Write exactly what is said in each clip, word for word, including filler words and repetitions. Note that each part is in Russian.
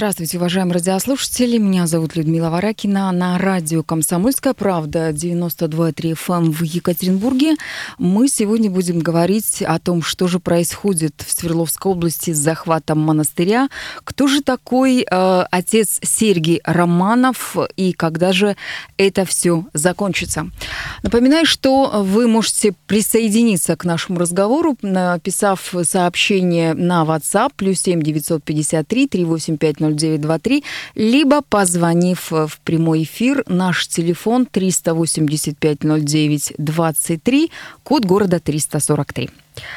Здравствуйте, уважаемые радиослушатели. Меня зовут Людмила Варакина. На радио «Комсомольская правда» девяносто два и три эф эм в Екатеринбурге мы сегодня будем говорить о том, что же происходит в Свердловской области с захватом монастыря, кто же такой э, отец Сергий Романов и когда же это все закончится. Напоминаю, что вы можете присоединиться к нашему разговору, написав сообщение на WhatsApp плюс семь девятьсот пятьдесят три триста восемьдесят пять ноль девять два три, либо позвонив в прямой эфир, наш телефон триста восемьдесят пять ноль девять двадцать три, код города триста сорок три.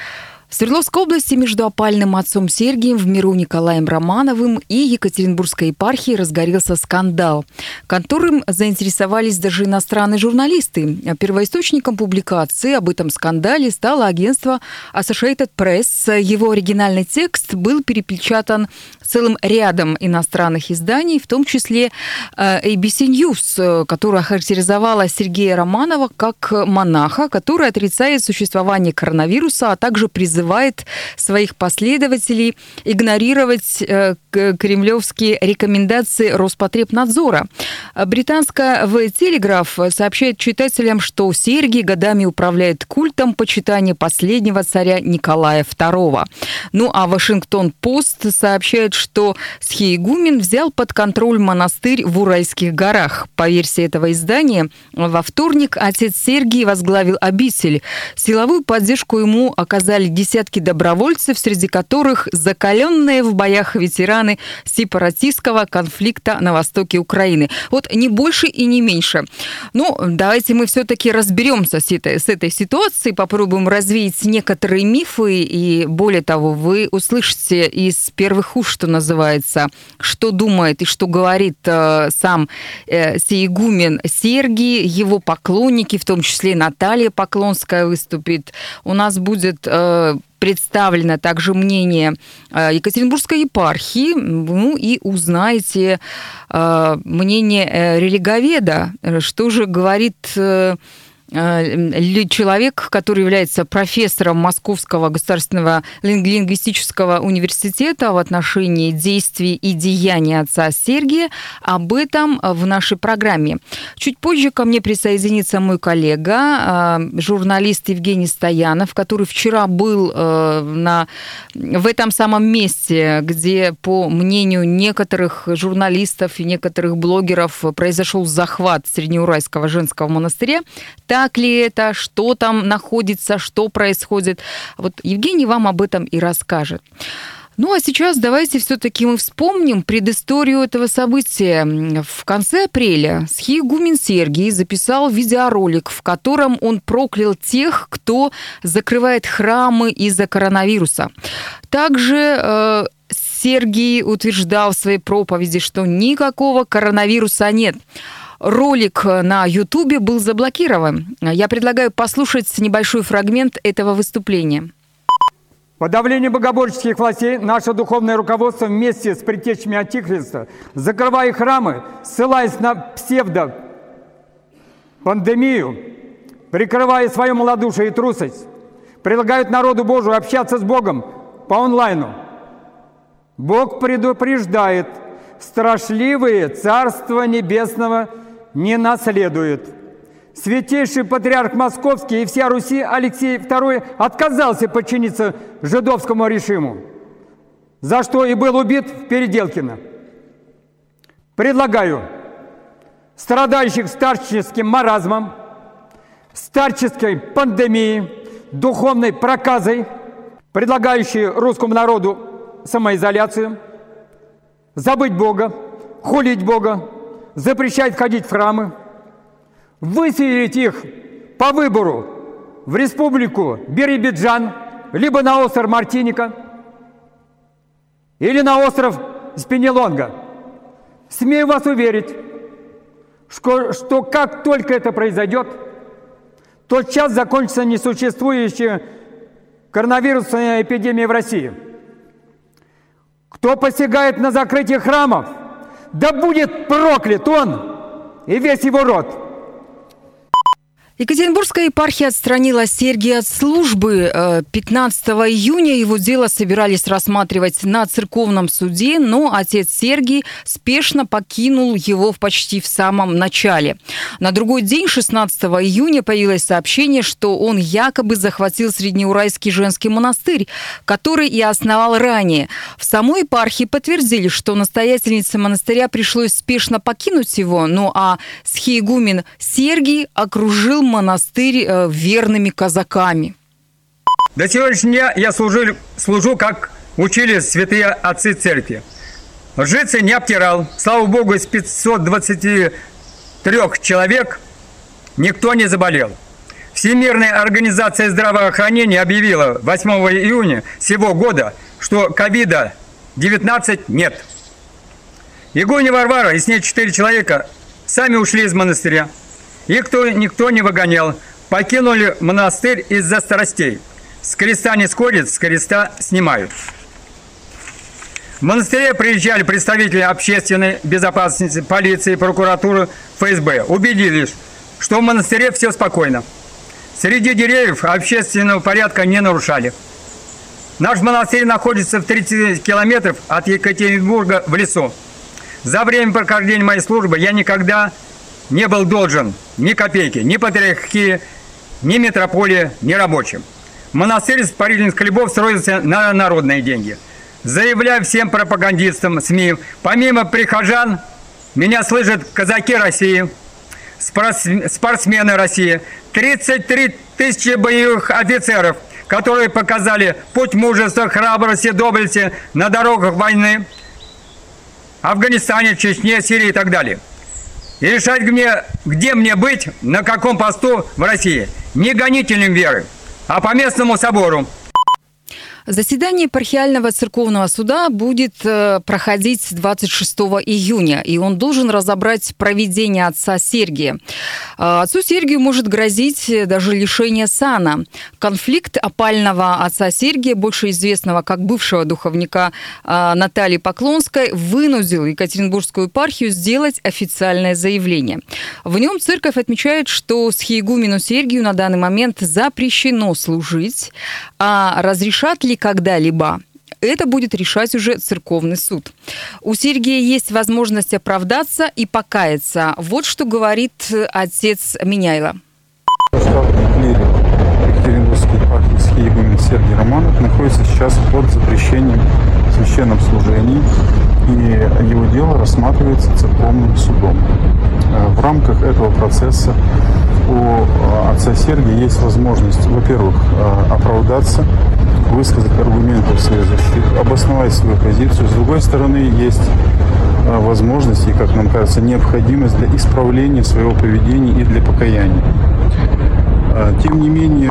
В Свердловской области между опальным отцом Сергием в миру Николаем Романовым и Екатеринбургской епархией разгорелся скандал, которым заинтересовались даже иностранные журналисты. Первоисточником публикации об этом скандале стало агентство Associated Press. Его оригинальный текст был перепечатан целым рядом иностранных изданий, в том числе эй би си News, которая охарактеризовала Сергея Романова как монаха, который отрицает существование коронавируса, а также призывает своих последователей игнорировать кремлевские рекомендации Роспотребнадзора. Британская The Telegraph сообщает читателям, что Сергий годами управляет культом почитания последнего царя Николая второго. Ну а Вашингтон-Пост сообщает, что схиегумен взял под контроль монастырь в Уральских горах. По версии этого издания, во вторник отец Сергий возглавил обитель. Силовую поддержку ему оказали десятки добровольцев, среди которых закаленные в боях ветераны сепаратистского конфликта на востоке Украины. Вот не больше и не меньше. Ну, давайте мы все-таки разберемся с этой, с этой ситуацией, попробуем развеять некоторые мифы, и более того, вы услышите из первых уст, что называется, что думает и что говорит э, сам э, сиегумен Сергий, его поклонники, в том числе Наталья Поклонская выступит. У нас будет э, представлено также мнение э, Екатеринбургской епархии, ну и узнаете э, мнение э, религоведа, что же говорит э, человек, который является профессором Московского государственного лингвистического университета в отношении действий и деяний отца Сергия. Об этом в нашей программе. Чуть позже ко мне присоединится мой коллега, журналист Евгений Стоянов, который вчера был на, в этом самом месте, где, по мнению некоторых журналистов и некоторых блогеров, произошел захват Среднеуральского женского монастыря. Так ли это, что там находится, что происходит? Вот Евгений вам об этом и расскажет. Ну а сейчас давайте все-таки мы вспомним предысторию этого события. В конце апреля схиегумен Сергий записал видеоролик, в котором он проклял тех, кто закрывает храмы из-за коронавируса. Также э, Сергий утверждал в своей проповеди, что никакого коронавируса нет. Ролик на Ютубе был заблокирован. Я предлагаю послушать небольшой фрагмент этого выступления. Подавление богоборческих властей наше духовное руководство вместе с предтечами Антихриста, закрывая храмы, ссылаясь на псевдопандемию, прикрывая свое малодушие и трусость, предлагают народу Божию общаться с Богом по онлайну. Бог предупреждает: страшливые Царства Небесного не наследует. Святейший патриарх Московский и вся Руси Алексей второй отказался подчиниться жидовскому режиму, за что и был убит в Переделкино. Предлагаю страдающих старческим маразмом, старческой пандемией, духовной проказой, предлагающие русскому народу самоизоляцию, забыть Бога, хулить Бога, запрещать ходить в храмы, выселить их по выбору в республику Биробиджан, либо на остров Мартиника, или на остров Спинелонга. Смею вас уверить, что, что как только это произойдет, тотчас закончится несуществующая коронавирусная эпидемия в России. Кто посягает на закрытие храмов, да будет проклят он и весь его род. Екатеринбургская епархия отстранила Сергия от службы. пятнадцатого июня его дело собирались рассматривать на церковном суде, но отец Сергий спешно покинул его в почти в самом начале. На другой день, шестнадцатого июня, появилось сообщение, что он якобы захватил Среднеуральский женский монастырь, который и основал ранее. В самой епархии подтвердили, что настоятельнице монастыря пришлось спешно покинуть его, ну а схиегумен Сергий окружил монастырь э, верными казаками. До сегодняшнего дня я служу, служу, как учили святые отцы церкви. Лжицы не обтирал. Слава Богу, из пятисот двадцати трёх человек никто не заболел. Всемирная организация здравоохранения объявила восьмого июня сего года, что ковида девятнадцать нет. Игуня Варвара и с ней четыре человека сами ушли из монастыря. Их кто, никто не выгонял. Покинули монастырь из-за страстей. С креста не сходят, с креста снимают. В монастыре приезжали представители общественной безопасности, полиции, прокуратуры, эф эс бэ. Убедились, что в монастыре все спокойно. Среди деревьев общественного порядка не нарушали. Наш монастырь находится в тридцати километрах от Екатеринбурга в лесу. За время прохождения моей службы я никогда не был должен ни копейки, ни патриархии, ни митрополии, ни рабочим. Монастырь испарительных хлебов строился на народные деньги. Заявляю всем пропагандистам СМИ, помимо прихожан, меня слышат казаки России, спортсмены России, тридцать три тысячи боевых офицеров, которые показали путь мужества, храбрости, доблести на дорогах войны, Афганистане, Чечне, Сирии и так далее. И решать мне, где мне быть, на каком посту в России. Не гонителем веры, а по местному собору. Заседание епархиального церковного суда будет проходить двадцать шестого июня, и он должен разобрать провидение отца Сергия. Отцу Сергию может грозить даже лишение сана. Конфликт опального отца Сергия, больше известного как бывшего духовника Натальи Поклонской, вынудил Екатеринбургскую епархию сделать официальное заявление. В нем церковь отмечает, что схиегумену Сергию на данный момент запрещено служить, а разрешат ли когда-либо, это будет решать уже церковный суд. У Сергия есть возможность оправдаться и покаяться. Вот что говорит отец Меняйло. Екатеринбургской епархии схиегумен Сергий Романов находится сейчас под запрещением в священном служении, и его дело рассматривается церковным судом. В рамках этого процесса у отца Сергия есть возможность, во-первых, оправдаться, высказать аргументы в свою защиту, обосновать свою позицию. С другой стороны, есть возможность и, как нам кажется, необходимость для исправления своего поведения и для покаяния. Тем не менее,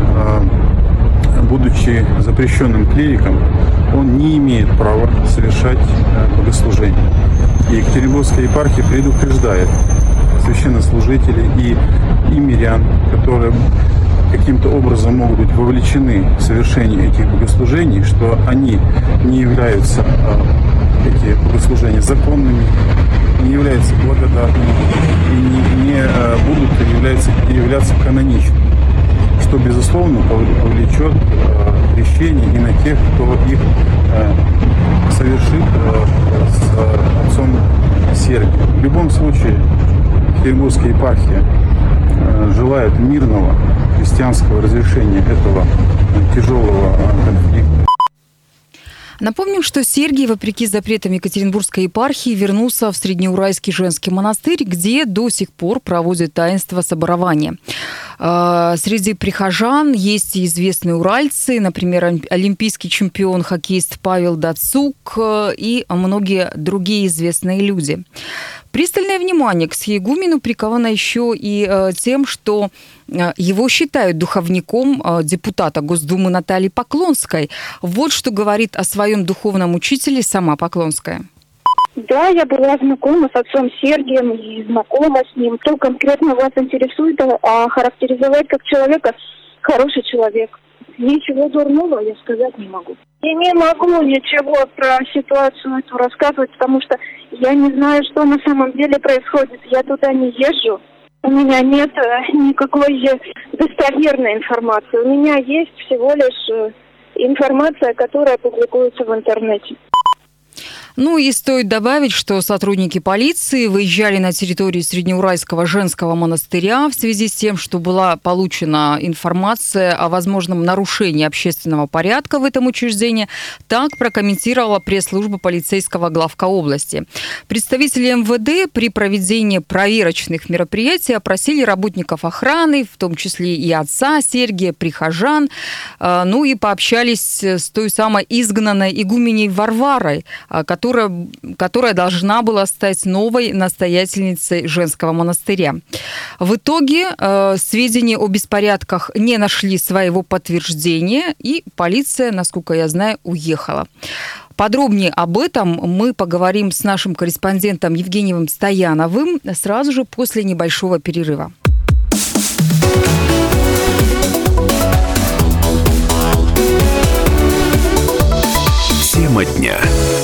будучи запрещенным клириком, он не имеет права совершать богослужение. И Екатеринбургская епархия предупреждает священнослужителей и, и мирян, которые каким-то образом могут быть вовлечены в совершение этих богослужений, что они не являются, эти богослужения, законными, не являются благодатными и не, не будут являться, являться каноничными, что, безусловно, повлечет крещение и на тех, кто их совершит с отцом Сергием. В любом случае, Екатеринбургская епархия желает мирного христианского разрешения этого тяжелого конфликта. Напомним, что Сергий, вопреки запретам Екатеринбургской епархии, вернулся в Среднеуральский женский монастырь, где до сих пор проводят таинство соборования. Среди прихожан есть и известные уральцы, например, олимпийский чемпион, хоккеист Павел Дацук и многие другие известные люди. Пристальное внимание к схиегумену приковано еще и тем, что его считают духовником депутата Госдумы Натальи Поклонской. Вот что говорит о своем духовном учителе сама Поклонская. Да, я была знакома с отцом Сергием и знакома с ним. Что конкретно вас интересует, а характеризовать как человека хороший человек. Ничего дурного я сказать не могу. Я не могу ничего про ситуацию эту рассказывать, потому что я не знаю, что на самом деле происходит. Я туда не езжу. У меня нет никакой достоверной информации. У меня есть всего лишь информация, которая публикуется в интернете. Ну и стоит добавить, что сотрудники полиции выезжали на территорию Среднеуральского женского монастыря в связи с тем, что была получена информация о возможном нарушении общественного порядка в этом учреждении. Так прокомментировала пресс-служба полицейского главка области. Представители эм вэ дэ при проведении проверочных мероприятий опросили работников охраны, в том числе и отца Сергия, прихожан, ну и пообщались с той самой изгнанной игуменей Варварой, которая Которая, которая должна была стать новой настоятельницей женского монастыря. В итоге э, сведения о беспорядках не нашли своего подтверждения, и полиция, насколько я знаю, уехала. Подробнее об этом мы поговорим с нашим корреспондентом Евгением Стояновым сразу же после небольшого перерыва. Тема дня.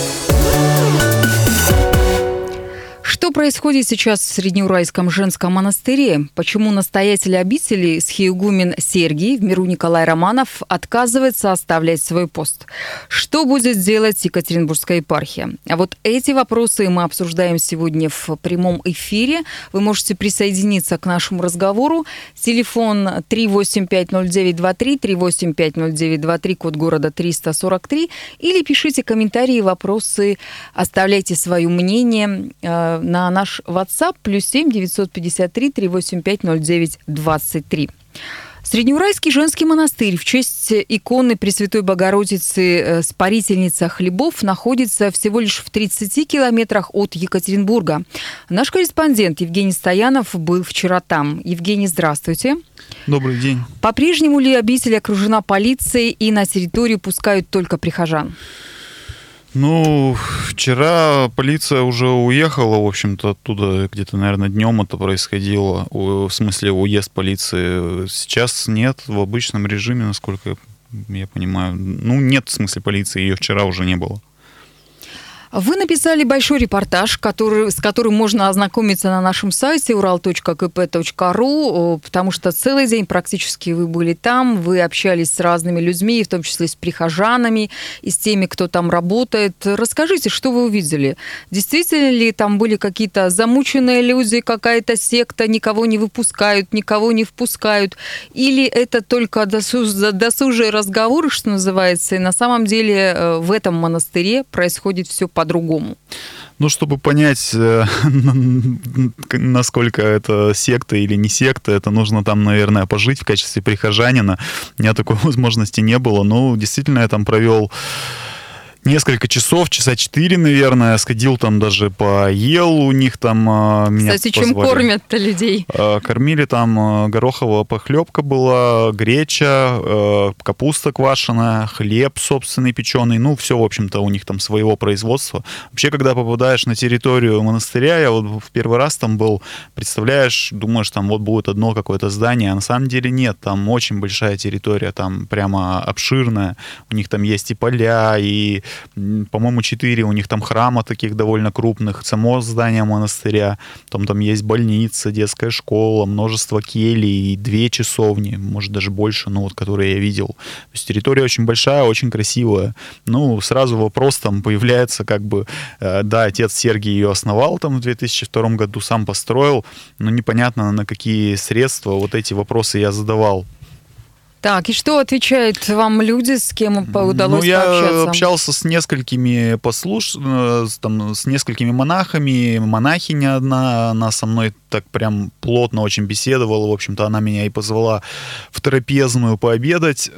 Что происходит сейчас в Среднеуральском женском монастыре? Почему настоятель обители схиегумен Сергий в миру Николай Романов отказывается оставлять свой пост? Что будет делать Екатеринбургская епархия? А вот эти вопросы мы обсуждаем сегодня в прямом эфире. Вы можете присоединиться к нашему разговору. Телефон три восемь пять ноль девять два три, три восемь пять ноль девять два три, код города триста сорок три. Или пишите комментарии, вопросы, оставляйте свое мнение на наш WhatsApp плюс семь девятьсот пятьдесят три триста восемьдесят пять ноль девять двадцать три. Среднеуральский женский монастырь в честь иконы Пресвятой Богородицы Спарительница хлебов находится всего лишь в тридцати километрах от Екатеринбурга. Наш корреспондент Евгений Стоянов был вчера там. Евгений, здравствуйте. Добрый день. По-прежнему ли обитель окружена полицией и на территорию пускают только прихожан? Ну, вчера полиция уже уехала, в общем-то, оттуда где-то, наверное, днем это происходило, в смысле уезд полиции. Сейчас нет, в обычном режиме, насколько я понимаю. Ну, нет в смысле полиции, ее вчера уже не было. Вы написали большой репортаж, который, с которым можно ознакомиться на нашем сайте урал точка ка пэ точка ру, потому что целый день практически вы были там, вы общались с разными людьми, в том числе с прихожанами и с теми, кто там работает. Расскажите, что вы увидели? Действительно ли там были какие-то замученные люди, какая-то секта, никого не выпускают, никого не впускают? Или это только досужие разговоры, что называется, и на самом деле в этом монастыре происходит все по-другому? Ну, чтобы понять, насколько это секта или не секта, это нужно там, наверное, пожить в качестве прихожанина. У меня такой возможности не было. Но действительно я там провел несколько часов, часа четыре, наверное, сходил там даже поел у них там. Меня Кстати, позвали. Чем кормят-то людей? Кормили там, гороховая похлебка была, греча, капуста квашеная, хлеб собственный печеный, ну, все, в общем-то, у них там своего производства. Вообще, когда попадаешь на территорию монастыря, я вот в первый раз там был, представляешь, думаешь, там вот будет одно какое-то здание, а на самом деле нет, там очень большая территория, там прямо обширная, у них там есть и поля, и по-моему, четыре у них там храма таких довольно крупных, само здание монастыря, там, там есть больница, детская школа, множество келий, и две часовни, может, даже больше, ну, вот, которые я видел. То есть территория очень большая, очень красивая. Ну, сразу вопрос там появляется, как бы, э, да, отец Сергий ее основал там в две тысячи втором году, сам построил, но непонятно, на какие средства, вот эти вопросы я задавал. Так, и что отвечают вам люди, с кем удалось ну, я пообщаться? Я общался с несколькими послуш... там, с несколькими монахами, монахиня одна, она со мной так прям плотно очень беседовала, в общем-то, она меня и позвала в трапезную пообедать.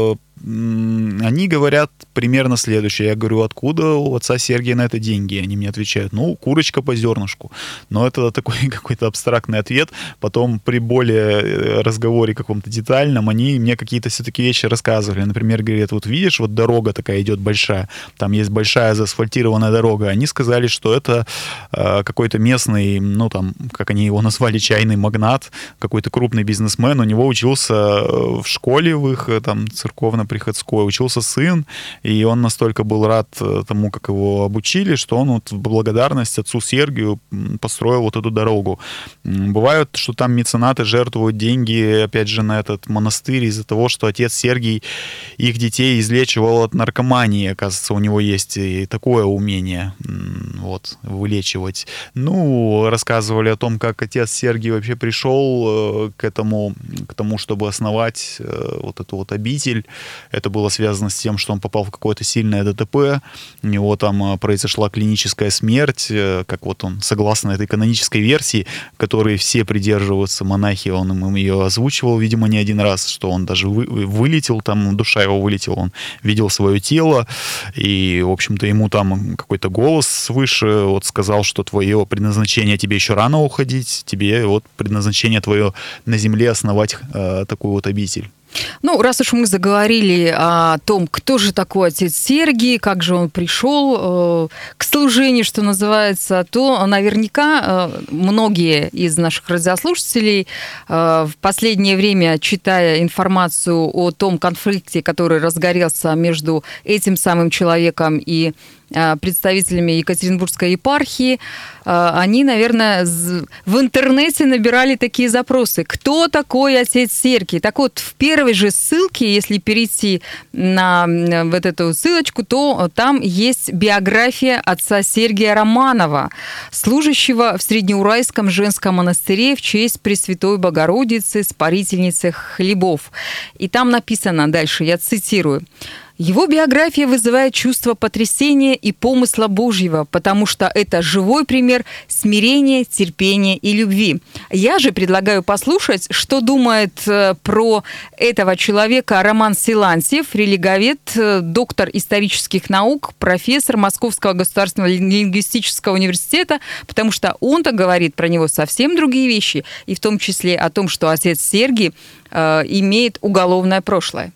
Они говорят примерно следующее. Я говорю, откуда у отца Сергия на это деньги? Они мне отвечают, ну, курочка по зернышку. Но это такой какой-то абстрактный ответ. Потом при более разговоре каком-то детальном они мне какие-то все-таки вещи рассказывали. Например, говорят, вот видишь, вот дорога такая идет большая, там есть большая заасфальтированная дорога. Они сказали, что это э, какой-то местный, ну, там, как они его назвали, чайный магнат, какой-то крупный бизнесмен. У него учился в школе в их там церковном приходской, учился сын, и он настолько был рад тому, как его обучили, что он вот в благодарность отцу Сергию построил вот эту дорогу. Бывает, что там меценаты жертвуют деньги, опять же, на этот монастырь из-за того, что отец Сергий их детей излечивал от наркомании. Оказывается, у него есть и такое умение вот, вылечивать. Ну, рассказывали о том, как отец Сергий вообще пришел к этому, к тому, чтобы основать вот эту вот обитель. Это было связано с тем, что он попал в какое-то сильное ДТП, у него там произошла клиническая смерть, как вот он, согласно этой канонической версии, которой все придерживаются монахи, он им ее озвучивал, видимо, не один раз, что он даже вы, вылетел, там душа его вылетела, он видел свое тело, и, в общем-то, ему там какой-то голос свыше вот сказал, что твое предназначение, тебе еще рано уходить, тебе вот предназначение твое на земле основать э, такую вот обитель. Ну, раз уж мы заговорили о том, кто же такой отец Сергий, как же он пришел э, к служению, что называется, то наверняка э, многие из наших радиослушателей э, в последнее время, читая информацию о том конфликте, который разгорелся между этим самым человеком и представителями Екатеринбургской епархии, они, наверное, в интернете набирали такие запросы. Кто такой отец Сергий? Так вот, в первой же ссылке, если перейти на вот эту ссылочку, то там есть биография отца Сергия Романова, служащего в Среднеуральском женском монастыре в честь Пресвятой Богородицы, Спарительницы хлебов. И там написано дальше, я цитирую: «Его биография вызывает чувство потрясения и помысла Божьего, потому что это живой пример смирения, терпения и любви. Я же предлагаю послушать, что думает про этого человека Роман Силантьев, религовед, доктор исторических наук, профессор Московского государственного лингвистического университета, потому что он-то говорит про него совсем другие вещи, и в том числе о том, что отец Сергий э, имеет уголовное прошлое».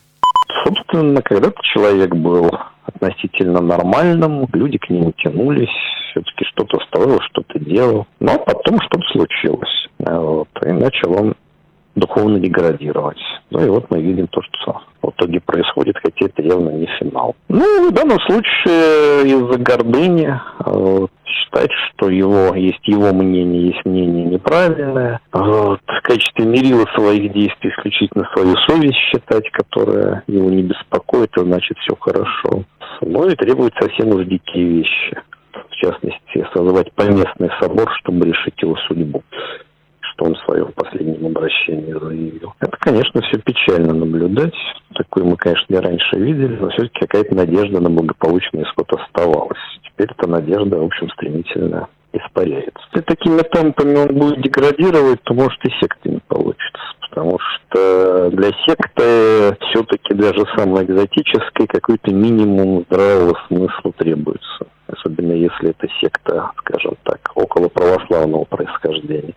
Собственно, когда-то человек был относительно нормальным, люди к нему тянулись, все-таки что-то строил, что-то делал. Но потом что-то случилось, вот, и начал он духовно деградировать. Ну и вот мы видим то, что в итоге происходит, хотя это явно не финал. Ну, в данном случае из-за гордыни вот, считать, что его есть его мнение, есть мнение неправильное. Вот, в качестве мерила своих действий исключительно свою совесть считать, которая его не беспокоит, и значит все хорошо. Ну и требует совсем уж дикие вещи. В частности, созвать поместный собор, чтобы решить его судьбу, что он в своем последнем обращении заявил. Это, конечно, все печально наблюдать. Такое мы, конечно, и раньше видели, но все-таки какая-то надежда на благополучный исход оставалась. Теперь эта надежда, в общем, стремительно испаряется. Если такими темпами он будет деградировать, то, может, и секты не получится. Потому что для секты все-таки даже самой экзотической какой-то минимум здравого смысла требуется. Особенно если это секта, скажем так, около православного происхождения.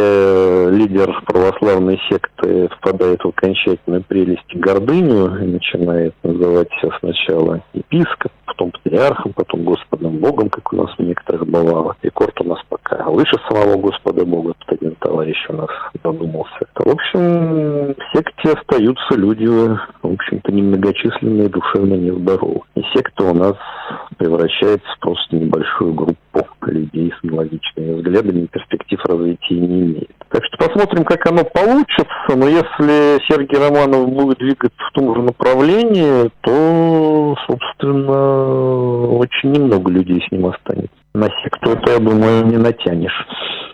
Если лидер православной секты впадает в окончательную прелесть и гордыню и начинает называть себя сначала епископ, потом патриархом, потом Господом Богом, как у нас у некоторых бывало, и корт у нас пока выше самого Господа Бога, тут один товарищ у нас задумался. В общем, в секте остаются люди, в общем-то, немногочисленные, душевно нездоровые. И секта у нас превращается в просто небольшую группу людей с аналогичными взглядами, перспектив развития не имеет. Так что посмотрим, как оно получится. Но если Сергий Романов будет двигаться в том же направлении, то, собственно, очень немного людей с ним останется. На секту это, я думаю, не натянешь.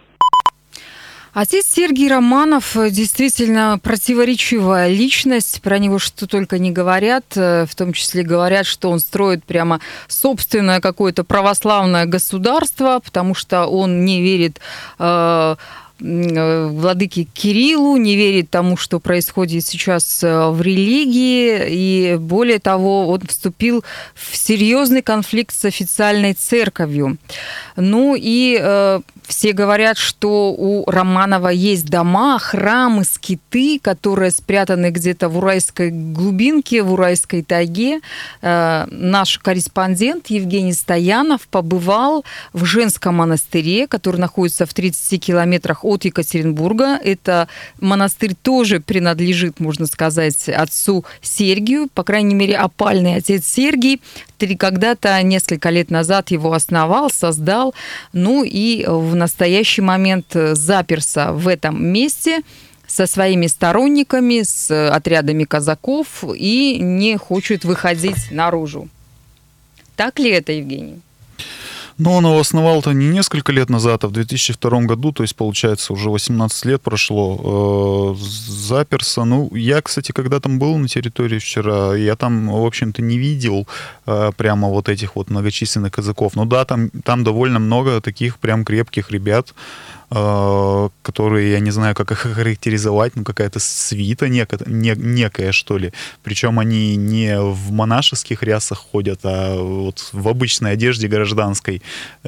Отец Сергий Романов действительно противоречивая личность, про него что только не говорят, в том числе говорят, что он строит прямо собственное какое-то православное государство, потому что он не верит э, владыке Кириллу, не верит тому, что происходит сейчас в религии, и более того, он вступил в серьезный конфликт с официальной церковью. Ну и э, все говорят, что у Романова есть дома, храмы, скиты, которые спрятаны где-то в уральской глубинке, в уральской тайге. Э, наш корреспондент Евгений Стоянов побывал в женском монастыре, который находится в тридцати километрах от Екатеринбурга. Это монастырь тоже принадлежит, можно сказать, отцу Сергию, по крайней мере, опальный отец Сергий. Когда-то, несколько лет назад, его основал, создал, ну и в настоящий момент заперся в этом месте со своими сторонниками, с отрядами казаков и не хочет выходить наружу. Так ли это, Евгений? Но он его основал-то не несколько лет назад, а в две тысячи втором году, то есть, получается, уже восемнадцать лет прошло, э, заперся. Ну, я, кстати, когда там был на территории вчера, я там, в общем-то, не видел э, прямо вот этих вот многочисленных казаков. Ну да, там, там довольно много таких прям крепких ребят, э, которые, я не знаю, как их характеризовать, ну, какая-то свита некая, не, некая, что ли. Причем они не в монашеских рясах ходят, а вот в обычной одежде гражданской.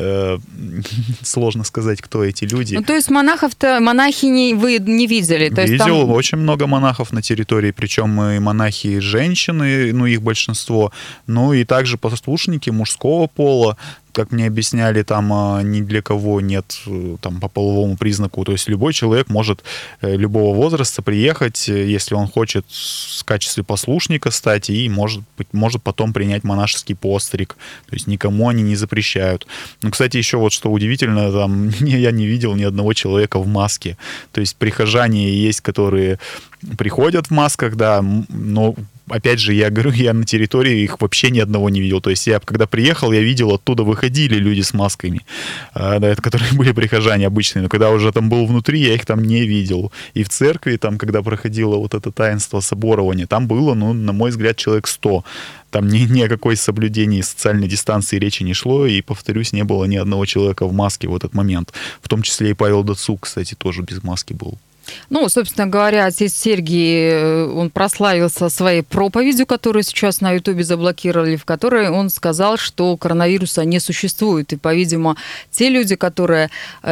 Сложно сказать, кто эти люди. Ну, то есть монахов-то, монахиней вы не видели? То Видел, есть там... очень много монахов на территории, причем и монахи женщины, ну, их большинство, ну, и также послушники мужского пола. Как мне объясняли, там ни для кого нет там, по половому признаку. То есть любой человек может любого возраста приехать, если он хочет в качестве послушника стать, и может, может потом принять монашеский постриг. То есть никому они не запрещают. Ну, кстати, еще вот что удивительно, там, я не видел ни одного человека в маске. То есть прихожане есть, которые приходят в масках, да, но... Опять же, я говорю, я на территории их вообще ни одного не видел. То есть я, когда приехал, я видел, оттуда выходили люди с масками, да, это, которые были прихожане обычные. Но когда уже там был внутри, я их там не видел. И в церкви, там, когда проходило вот это таинство соборования, там было, ну, на мой взгляд, человек сто. Там ни, ни о какой соблюдении социальной дистанции речи не шло. И, повторюсь, не было ни одного человека в маске в этот момент. В том числе и Павел Дацук, кстати, тоже без маски был. Ну, собственно говоря, отец Сергий, он прославился своей проповедью, которую сейчас на Ютубе заблокировали, в которой он сказал, что коронавируса не существует. И, по-видимому, те люди, которые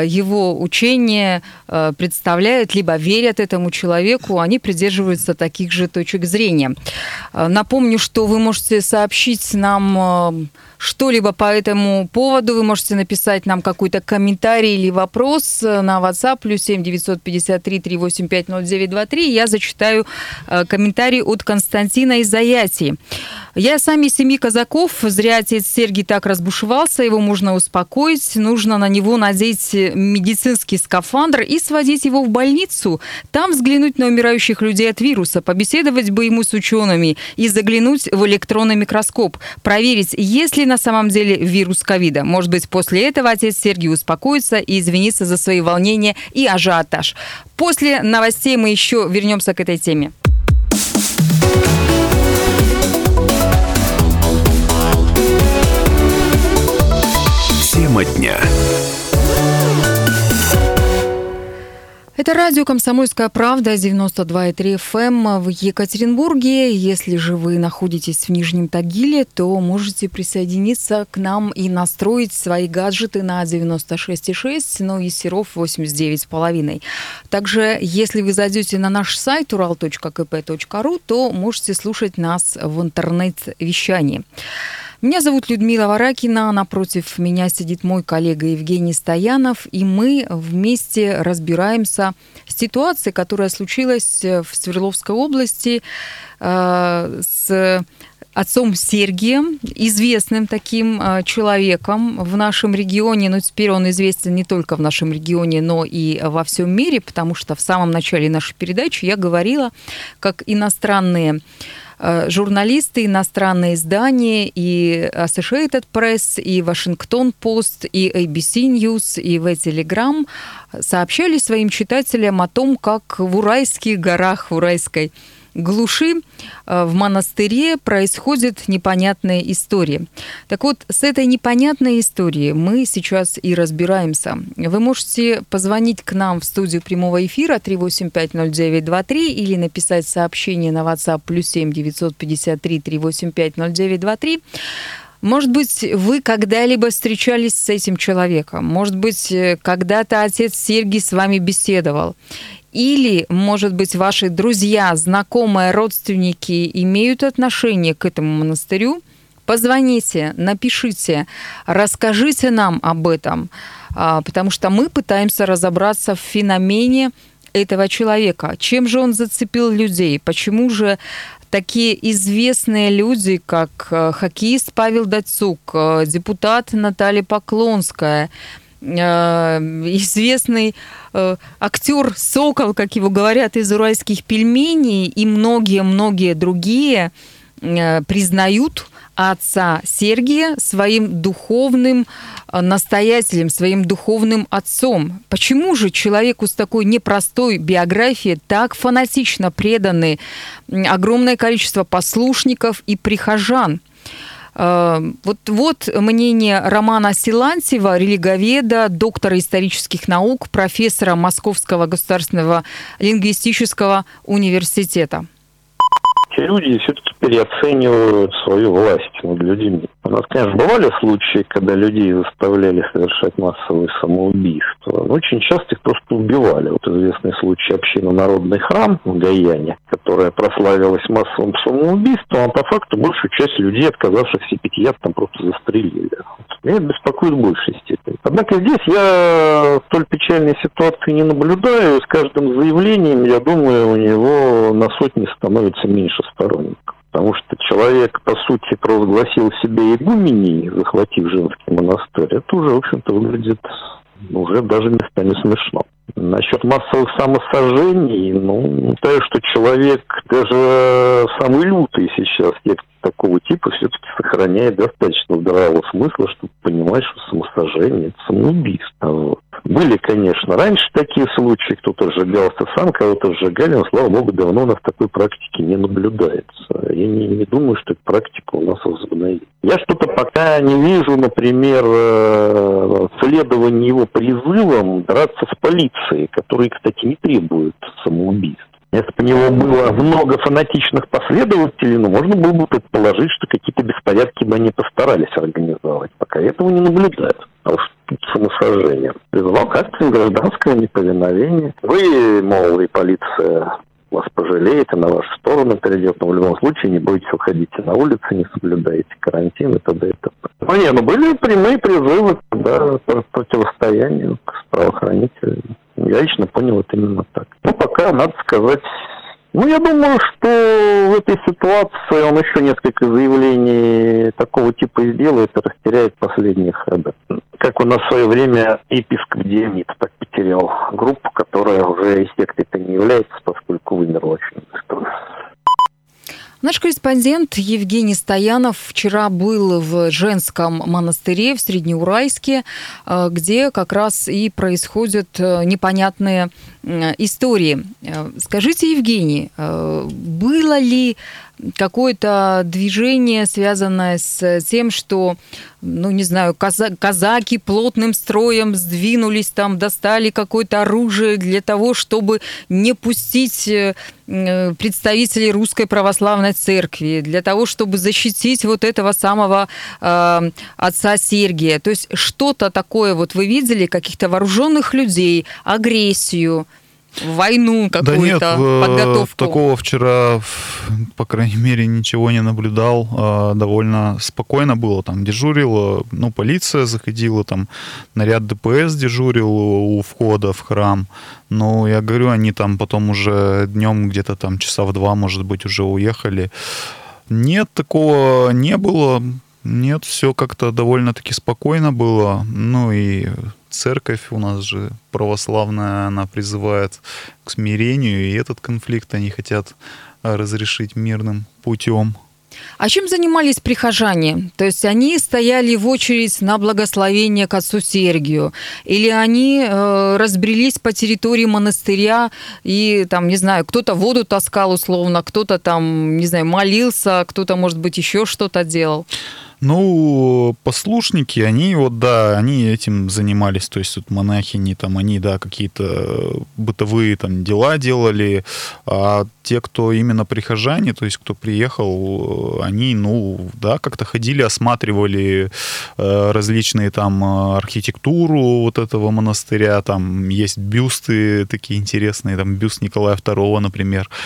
его учение представляют, либо верят этому человеку, они придерживаются таких же точек зрения. Напомню, что вы можете сообщить нам что-либо по этому поводу. Вы можете написать нам какой-то комментарий или вопрос на WhatsApp плюс семь девятьсот пятьдесят три триста восемьдесят пять ноль девять двадцать три. Я зачитаю комментарий от Константина из Заяти. Я сам из семьи казаков. Зря отец Сергий так разбушевался. Его можно успокоить. Нужно на него надеть медицинский скафандр и сводить его в больницу. Там взглянуть на умирающих людей от вируса. Побеседовать бы ему с учеными и заглянуть в электронный микроскоп. Проверить, есть ли на самом деле вирус ковида. Может быть, после этого отец Сергий успокоится и извинится за свои волнения и ажиотаж. После новостей мы еще вернемся к этой теме. Тема дня. Это радио «Комсомольская правда», девяносто два и три эф эм в Екатеринбурге. Если же вы находитесь в Нижнем Тагиле, то можете присоединиться к нам и настроить свои гаджеты на девяносто шесть и шесть, ну и Серов восемьдесят девять и пять. Также, если вы зайдете на наш сайт урал точка ка пэ точка ру, то можете слушать нас в интернет-вещании. Меня зовут Людмила Варакина, напротив меня сидит мой коллега Евгений Стоянов, и мы вместе разбираемся с ситуацией, которая случилась в Свердловской области э, с отцом Сергием, известным таким э, человеком в нашем регионе, но теперь он известен не только в нашем регионе, но и во всем мире, потому что в самом начале нашей передачи я говорила, как иностранные журналисты, иностранные издания, и Associated Press, и Washington Post, и эй би си News, и The Telegram сообщали своим читателям о том, как в Уральских горах, в Уральской глуши, в монастыре происходит непонятная история. Так вот, с этой непонятной историей мы сейчас и разбираемся. Вы можете позвонить к нам в студию прямого эфира три восемь пять ноль девять два три или написать сообщение на WhatsApp плюс семь девятьсот пятьдесят три триста восемьдесят пять ноль девять два три. Может быть, вы когда-либо встречались с этим человеком. Может быть, когда-то отец Сергий с вами беседовал. Или, может быть, ваши друзья, знакомые, родственники имеют отношение к этому монастырю. Позвоните, напишите, расскажите нам об этом. потому что мы пытаемся разобраться в феномене этого человека. Чем же он зацепил людей? Почему же такие известные люди, как хоккеист Павел Дацук, депутат Наталья Поклонская, известный актер Сокол, как его говорят, из «Уральских пельменей», и многие-многие другие признают отца Сергия своим духовным настоятелем, своим духовным отцом. Почему же человеку с такой непростой биографией так фанатично преданы огромное количество послушников и прихожан? Вот, вот мнение Романа Силантьева, религоведа, доктора исторических наук, профессора Московского государственного лингвистического университета. Те люди все-таки переоценивают свою власть над людьми. У нас, конечно, бывали случаи, когда людей заставляли совершать массовые самоубийства, но очень часто их просто убивали. Вот известный случай общинно-народный храм в Гаяне, которая прославилась массовым самоубийством, а по факту большую часть людей, отказавшихся пить яд, там просто застрелили. Меня это беспокоит в большей степени. Однако здесь я столь печальной ситуации не наблюдаю. С каждым заявлением, я думаю, у него на сотни становится меньше сторонников. Потому что человек, по сути, провозгласил себя игуменей, захватив женский монастырь. Это уже, в общем-то, выглядит уже даже местами смешно. Насчет массовых самосожжений, ну, считаю, что человек, даже самый лютый сейчас, текст такого типа, все-таки сохраняет достаточно здравого смысла, чтобы понимать, что самосожжение – это самоубийство. Вот. Были, конечно, раньше такие случаи, кто-то сжигался сам, кого-то сжигали, но, слава богу, давно у нас такой практики не наблюдается. Я не, не думаю, что эта практика у нас возобновится. Я что-то пока не вижу, например, следования его призывам драться с полицией, которые, кстати, не требуют самоубийств. Если бы у него было много фанатичных последователей, ну, можно было бы предположить, что какие-то беспорядки бы они постарались организовать. Пока этого не наблюдают. А уж тут самосожжение. Призвал к акции гражданского неповиновения. Вы, мол, и полиция вас пожалеет и на вашу сторону перейдет, но в любом случае не будете выходить на улицу, не соблюдаете карантин и т.д. и т.п. Ну, не, ну были прямые призывы, да, по противостоянию с правоохранителями. Я лично понял это именно так. Ну, пока, надо сказать, ну, я думаю, что в этой ситуации он еще несколько заявлений такого типа сделает и растеряет последних ходы. Как он на свое время епископ Дионид так потерял группу, которая уже и сектой-то не является, поскольку вымерла очень быстро. Наш корреспондент Евгений Стоянов вчера был в женском монастыре в Среднеуральске, где как раз и происходят непонятные истории. Скажите, Евгений, было ли какое-то движение, связанное с тем, что, ну, не знаю, каза- казаки плотным строем сдвинулись, там, достали какое-то оружие для того, чтобы не пустить представителей Русской Православной Церкви, для того, чтобы защитить вот этого самого э, отца Сергия? То есть что-то такое вот вы видели, каких-то вооруженных людей, агрессию, войну какую-то, да нет, подготовку? Такого вчера, по крайней мере, ничего не наблюдал. Довольно спокойно было. Там дежурила, ну, полиция заходила, там наряд ДПС дежурил у входа в храм. Но я говорю, они там потом уже днем где-то там часа в два, может быть, уже уехали. Нет, такого не было. Нет, все как-то довольно-таки спокойно было. Ну и церковь у нас же православная, она призывает к смирению, и этот конфликт они хотят разрешить мирным путем. А чем занимались прихожане? То есть они стояли в очередь на благословение к отцу Сергию? Или они э, разбрелись по территории монастыря и, там, не знаю, кто-то воду таскал условно, кто-то там, не знаю, молился, кто-то, может быть, еще что-то делал? Ну, послушники, они вот, да, они этим занимались, то есть вот монахини, там, они, да, какие-то бытовые там дела делали, а те, кто именно прихожане, то есть кто приехал, они, ну, да, как-то ходили, осматривали э, различные там архитектуру вот этого монастыря, там есть бюсты такие интересные, там бюст Николая второго, например,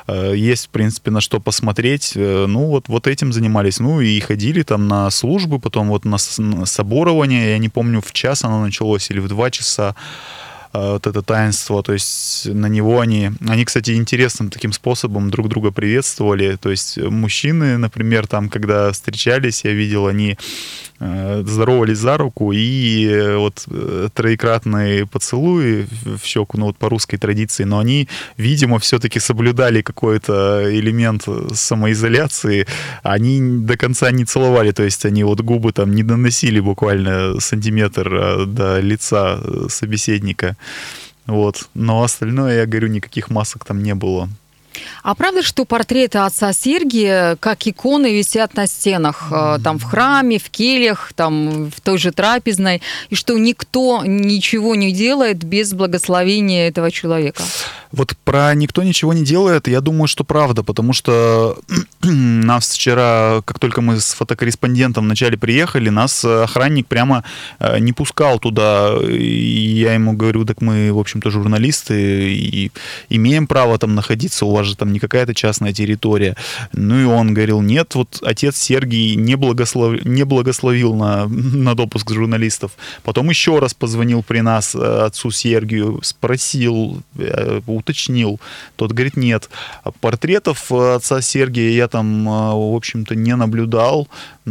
есть, в принципе, на что посмотреть. Ну, вот, вот этим занимались. Ну, и ходили там на службы, потом вот на соборование, я не помню, в час оно началось или в два часа. Вот это таинство, то есть на него они, они, кстати, интересным таким способом друг друга приветствовали, то есть мужчины, например, там, когда встречались, я видел, они здоровались за руку, и вот троекратные поцелуи в щеку, ну вот по русской традиции, но они, видимо, все-таки соблюдали какой-то элемент самоизоляции, они до конца не целовали, то есть они вот губы там не доносили буквально сантиметр до лица собеседника. Вот. Но остальное, я говорю, никаких масок там не было. А правда, что портреты отца Сергия, как иконы, висят на стенах, там в храме, в кельях, там в той же трапезной, и что никто ничего не делает без благословения этого человека? Вот про «никто ничего не делает», я думаю, что правда, потому что нас вчера, как только мы с фотокорреспондентом вначале приехали, нас охранник прямо не пускал туда. И я ему говорю, так мы, в общем-то, журналисты и имеем право там находиться, у вас же там не какая-то частная территория. Ну и он говорил, нет, вот отец Сергий не, благослов... не благословил на, на допуск журналистов. Потом еще раз позвонил при нас отцу Сергию, спросил, уточнил. Тот говорит, нет. Портретов отца Сергия я там, в общем-то, не наблюдал,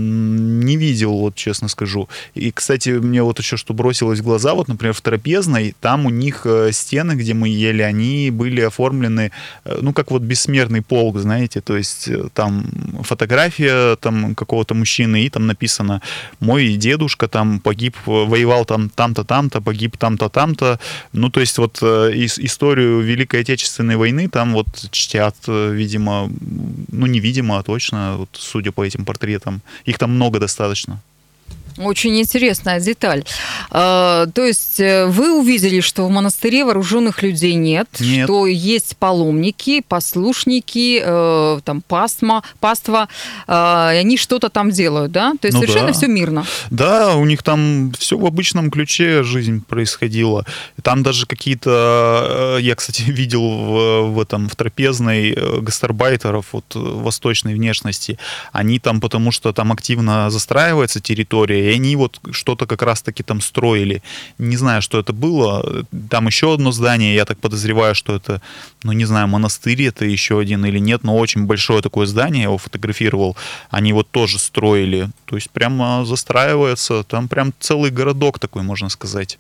не видел, вот честно скажу. И, кстати, мне вот еще что бросилось в глаза, вот, например, в Трапезной, там у них стены, где мы ели, они были оформлены, ну, как вот бессмертный полк, знаете, то есть там фотография там какого-то мужчины, и там написано, мой дедушка там погиб, воевал там там-то, там-то, погиб там-то, там-то. Ну, то есть вот историю Великой Отечественной войны там вот чтят, видимо, ну, не видимо, а точно, вот, судя по этим портретам. Их там много достаточно. Очень интересная деталь. То есть вы увидели, что в монастыре вооруженных людей нет, нет. Что есть паломники, послушники, там пастма, паства, и они что-то там делают, да? То есть ну совершенно да. все мирно. Да, у них там все в обычном ключе жизнь происходила. Там даже какие-то, я, кстати, видел в, в этом в Трапезной гастарбайтеров вот, восточной внешности. Они там, потому что там активно застраивается территория, и они вот что-то как раз-таки там строили. Не знаю, что это было. Там еще одно здание, я так подозреваю, что это, ну, не знаю, монастырь это еще один или нет, но очень большое такое здание, я его фотографировал. Они вот тоже строили. То есть прямо застраивается. Там прям целый городок такой, можно сказать.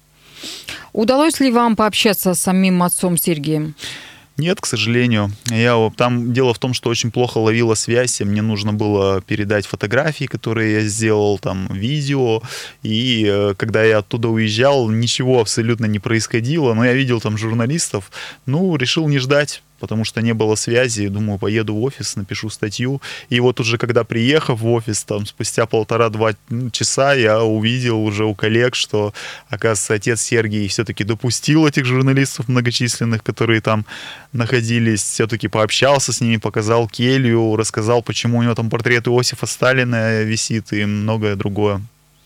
Удалось ли вам пообщаться с самим отцом Сергием? Нет, к сожалению. Я, там дело в том, что очень плохо ловила связь, и мне нужно было передать фотографии, которые я сделал, там, видео, и э, когда я оттуда уезжал, ничего абсолютно не происходило, но я видел там журналистов, ну, решил не ждать, потому что не было связи, думаю, поеду в офис, напишу статью, и вот уже когда приехав в офис, там, спустя полтора-два часа, я увидел уже у коллег, что, оказывается, отец Сергий все-таки допустил этих журналистов многочисленных, которые там находились, все-таки пообщался с ними, показал келью, рассказал, почему у него там портрет Иосифа Сталина висит и многое другое.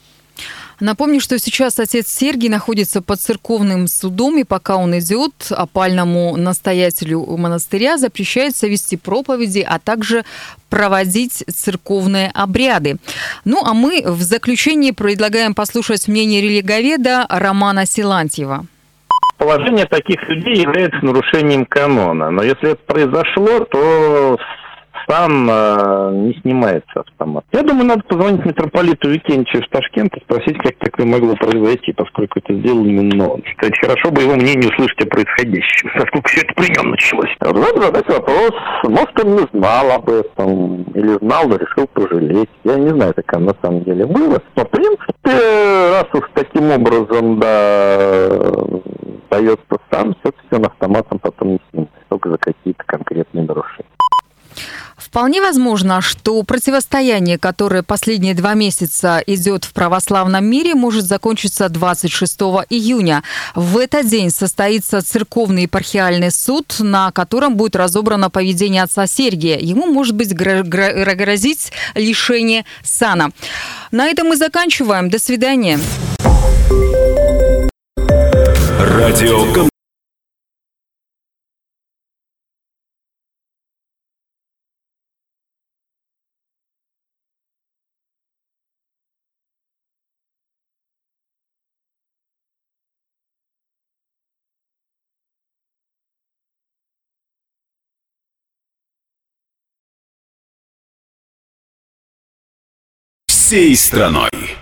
Напомню, что сейчас отец Сергий находится под церковным судом, и пока он идет, опальному настоятелю монастыря запрещается вести проповеди, а также проводить церковные обряды. Ну, а мы в заключении предлагаем послушать мнение религоведа Романа Силантьева. Положение таких людей является нарушением канона, но если это произошло, то сам э, не снимается автомат. Я думаю, надо позвонить митрополиту Викентию в Ташкент и спросить, как такое могло произойти, поскольку это сделал именно он. Кстати, хорошо бы его мнение услышать о происходящем, поскольку все это при нем началось. Вот надо задать вопрос, может, он не знал об этом, или знал, но решил пожалеть. Я не знаю, как оно на самом деле было. Но, в принципе, раз уж таким образом, да, дается сам, все-таки он автоматом потом не снимает, только за какие-то конкретные нарушения. Вполне возможно, что противостояние, которое последние два месяца идет в православном мире, может закончиться двадцать шестого июня. В этот день состоится церковный епархиальный суд, на котором будет разобрано поведение отца Сергия. Ему может быть грозить лишение сана. На этом мы заканчиваем. До свидания. Радио всей страной.